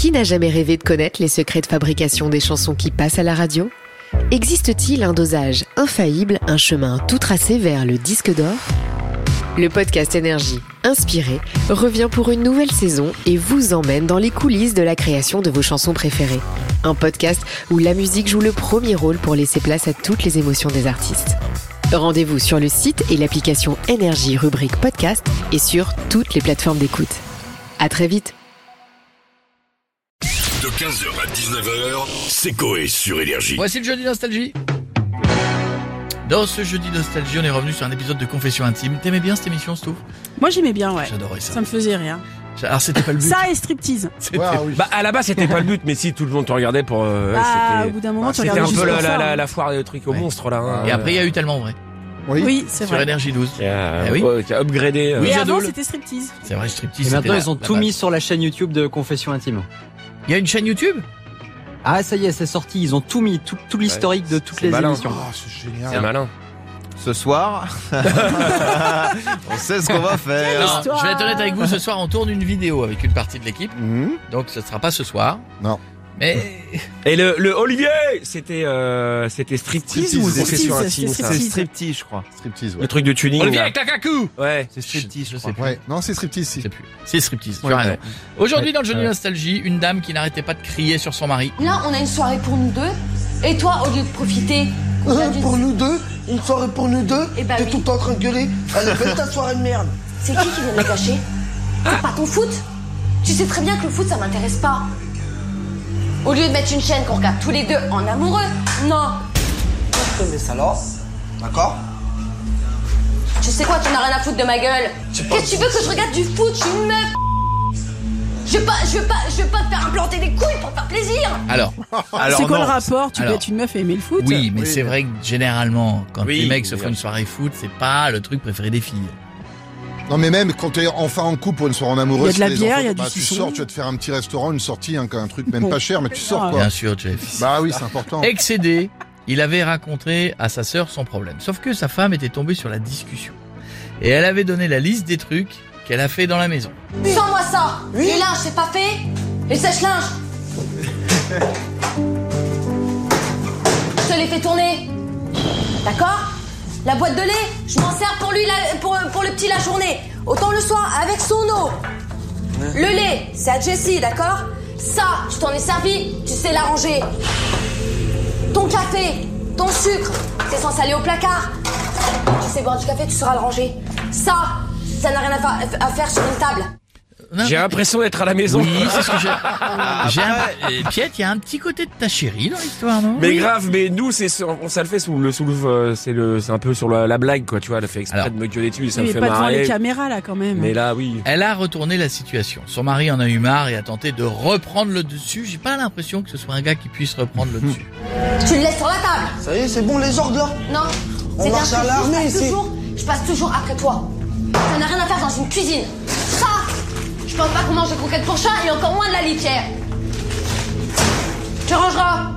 Qui n'a jamais rêvé de connaître les secrets de fabrication des chansons qui passent à la radio ? Existe-t-il un dosage infaillible, un chemin tout tracé vers le disque d'or ? Le podcast Énergie, inspiré, revient pour une nouvelle saison et vous emmène dans les coulisses de la création de vos chansons préférées. Un podcast où la musique joue le premier rôle pour laisser place à toutes les émotions des artistes. Rendez-vous sur le site et l'application Énergie rubrique podcast et sur toutes les plateformes d'écoute. À très vite. De 15h à 19h, c'est Coé sur Énergie. Voici le jeudi nostalgie. Dans ce jeudi nostalgie, on est revenu sur un épisode de Confession intime. T'aimais bien cette émission, Stouff ? Moi j'aimais bien, ouais. J'adorais ça. Ça me faisait rien. Alors c'était pas le but. Ça et striptease. Oui. Bah à la base c'était pas le but, mais si tout le monde te regardait pour. Au bout d'un moment tu c'était regardais un juste peu pour ça. la foire des trucs aux monstres là. Hein. Et après il y a eu Tellement Vrai Oui, c'est sur vrai. Énergie 12. Qui a, oui. qui a upgradé. Oui, Et avant Jadoul. c'était striptease. C'est vrai, striptease. Et maintenant, c'était ils ont la tout base. mis sur la chaîne YouTube de Confession Intime. Il y a une chaîne YouTube ? Ah, ça y est, c'est sorti. Ils ont tout mis, tout l'historique de toutes les malin. émissions. C'est malin. Ce soir, on sait ce qu'on va faire. Non, histoire. je vais être honnête avec vous, ce soir on tourne une vidéo avec une partie de l'équipe. Donc ce sera pas ce soir. Non. Mais Et le Olivier, c'était striptease ou Striptease, Confession c'était intime ça striptease. C'est striptease, je crois. Striptease, Le truc de tuning. Olivier là. avec la cacou. Ouais. C'est striptease, Je je sais crois. plus. Ouais. Non, c'est striptease, Je si. sais plus. C'est striptease, tu Ouais. as raison. Ouais. Aujourd'hui dans le jeudi nostalgie, une dame qui n'arrêtait pas de crier sur son mari. Là, on a une soirée pour nous deux. Et toi, au lieu de profiter, on a Pour nous deux, une soirée pour nous deux, Eh bah t'es oui. tout le temps en train de gueuler. Allez, fais ta soirée de merde. C'est qui vient de la gâcher? C'est pas ton foot? Tu sais très bien que le foot, ça m'intéresse pas. Au lieu de mettre une chaîne qu'on regarde tous les deux en amoureux, non. Je te mets ça là, d'accord? Tu sais quoi, tu n'as rien à foutre de ma gueule. Qu'est-ce que tu veux que je regarde du foot? Je suis une meuf. Je veux pas te faire implanter des couilles pour te faire plaisir. Alors C'est quoi non. le rapport? Tu peux Alors, être une meuf et aimer le foot? Oui, mais c'est vrai que généralement, quand Oui, les mecs se oui, font une soirée foot, c'est pas le truc préféré des filles. Non, mais même quand t'es enfin en couple pour une soirée en amoureux, Il y a de la les bière, enfants, il y a du tu suçon. sors, tu vas te faire un petit restaurant, une sortie, un truc même pas cher, mais tu sors, quoi. Bien sûr, Jeff. Bah oui, c'est important. Excédé, il avait raconté à sa sœur son problème. Sauf que sa femme était tombée sur la discussion. Et elle avait donné la liste des trucs qu'elle a fait dans la maison. Sors-moi ça. Les linges, c'est pas fait. Les sèche-linges. Je te les fais tourner. D'accord? La boîte de lait, je m'en sers pour lui, pour le petit la journée. Autant le soir, avec son eau. Le lait, c'est à Jessie, d'accord? Ça, tu t'en es servi, tu sais l'arranger. Ton café, ton sucre, c'est censé aller au placard. Tu sais boire du café, tu sauras le ranger. Ça n'a rien à faire sur une table. Non, J'ai l'impression d'être à la maison. Oui, c'est ce que j'ai. Piette, il y a un petit côté de ta chérie dans l'histoire, non? Mais grave, mais nous ça le fait c'est un peu sur la blague quoi, tu vois, elle a fait exprès Alors. de me gueuler dessus, ça Oui, me mais fait pas devant les marrer. caméras là quand même. Mais là oui. Elle a retourné la situation. Son mari en a eu marre et a tenté de reprendre le dessus. J'ai pas l'impression que ce soit un gars qui puisse reprendre le dessus. Tu le laisses sur la table. Ça y est, c'est bon les ordres là. Non, On c'est marche bien à que l'armée ici. je passe toujours après toi. Ça n'a rien à faire dans une cuisine. Ça, je pense pas qu'on mange des croquettes pour chat et encore moins de la litière. Tu rangeras.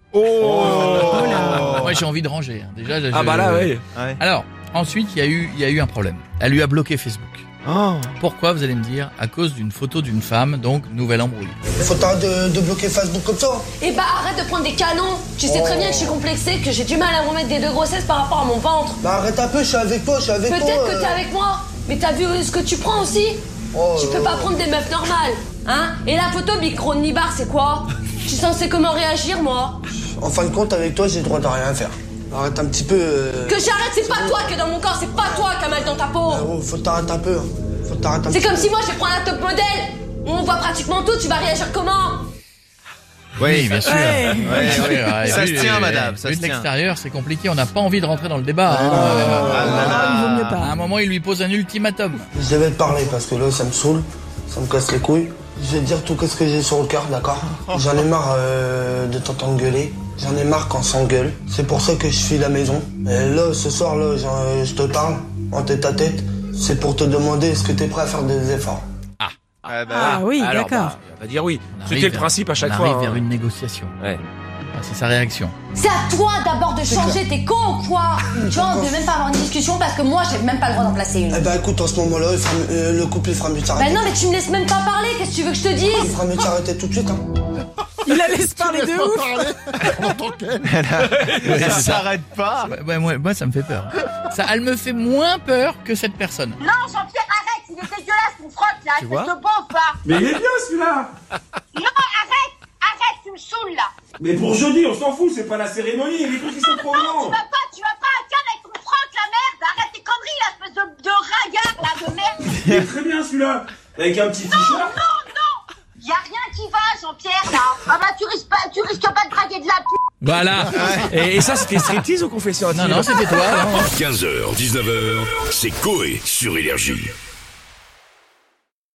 Moi, j'ai envie de ranger. Hein. Déjà, Ah bah là oui. Alors, ensuite, il y a eu un problème. Elle lui a bloqué Facebook. Oh. Pourquoi, vous allez me dire? À cause d'une photo d'une femme, donc nouvelle embrouille. Faut t'arrêter de bloquer Facebook comme ça. Eh bah arrête de prendre des canons. Tu sais très bien que je suis complexée, que j'ai du mal à remettre des deux grossesses par rapport à mon ventre. Bah arrête un peu, je suis avec toi, Peut-être que t'es avec moi, mais t'as vu ce que tu prends aussi? Tu peux pas prendre des meufs normales, hein? Et la photo Big Ron Nibar, c'est quoi? Je suis censée comment réagir, moi? En fin de compte, avec toi, j'ai le droit de rien faire. Arrête un petit peu. Que j'arrête, c'est pas toi qui est dans mon corps, c'est pas toi qui a mal dans ta peau. Faut t'arrêter un peu. Hein. Faut t'arrêter un C'est petit comme peu. si moi je prends un top modèle. On voit pratiquement tout, tu vas réagir comment? Oui, bien sûr. Ouais. Ouais, Ça vu- se tient, madame, ça vu se de tient. l'extérieur, c'est compliqué. On n'a pas envie de rentrer dans le débat. hein. Il vaut mieux À pas. un moment, il lui pose un ultimatum. Je devais te parler parce que là, ça me saoule, ça me casse les couilles. Je vais te dire tout ce que j'ai sur le cœur, d'accord? J'en ai marre de t'entendre gueuler. J'en ai marre quand on s'engueule. C'est pour ça que je fuis la maison. Et là, ce soir, là, je te parle en tête à tête. C'est pour te demander est-ce que t'es prêt à faire des efforts. Ah oui, Alors, d'accord. bah, on va dire oui. On arrive C'était le vers- principe à chaque on fois. arrive hein. vers une négociation. Ouais. C'est sa réaction. C'est à toi d'abord de changer, t'es con ou quoi? Tu vois, on peut même pas avoir une discussion parce que moi j'ai même pas le droit d'en placer une. Eh ben écoute, en ce moment-là, le couple il fera mieux de s'arrêter. Bah non mais tu me laisses même pas parler, qu'est-ce que tu veux que je te Il dise? fera mieux de s'arrêter tout de suite, hein. Il la laisse parler de ouf. Ça s'arrête pas. Ouais, moi, ça me fait peur. Ça, elle me fait moins peur que cette personne. Non Jean-Pierre, arrête, il est dégueulasse ton froc là, Tu vois espèce de beauf là. Mais il est bien celui-là. Non, arrête, tu me saoules là. Mais pour jeudi, on s'en fout, c'est pas la cérémonie, les trucs qui sont trop longs. Tu vas pas à Cannes avec ton froc la merde, arrête tes conneries là, espèce de ringard là, de merde. Il est très bien celui-là, avec un petit t-shirt. Non, y a rien qui va Jean-Pierre là. Ah bah tu risques pas de draguer de la p***. Voilà. Et ça, c'était striptease ou confession intime? Non, c'était toi. 15h, 19h, c'est Coé sur Énergie.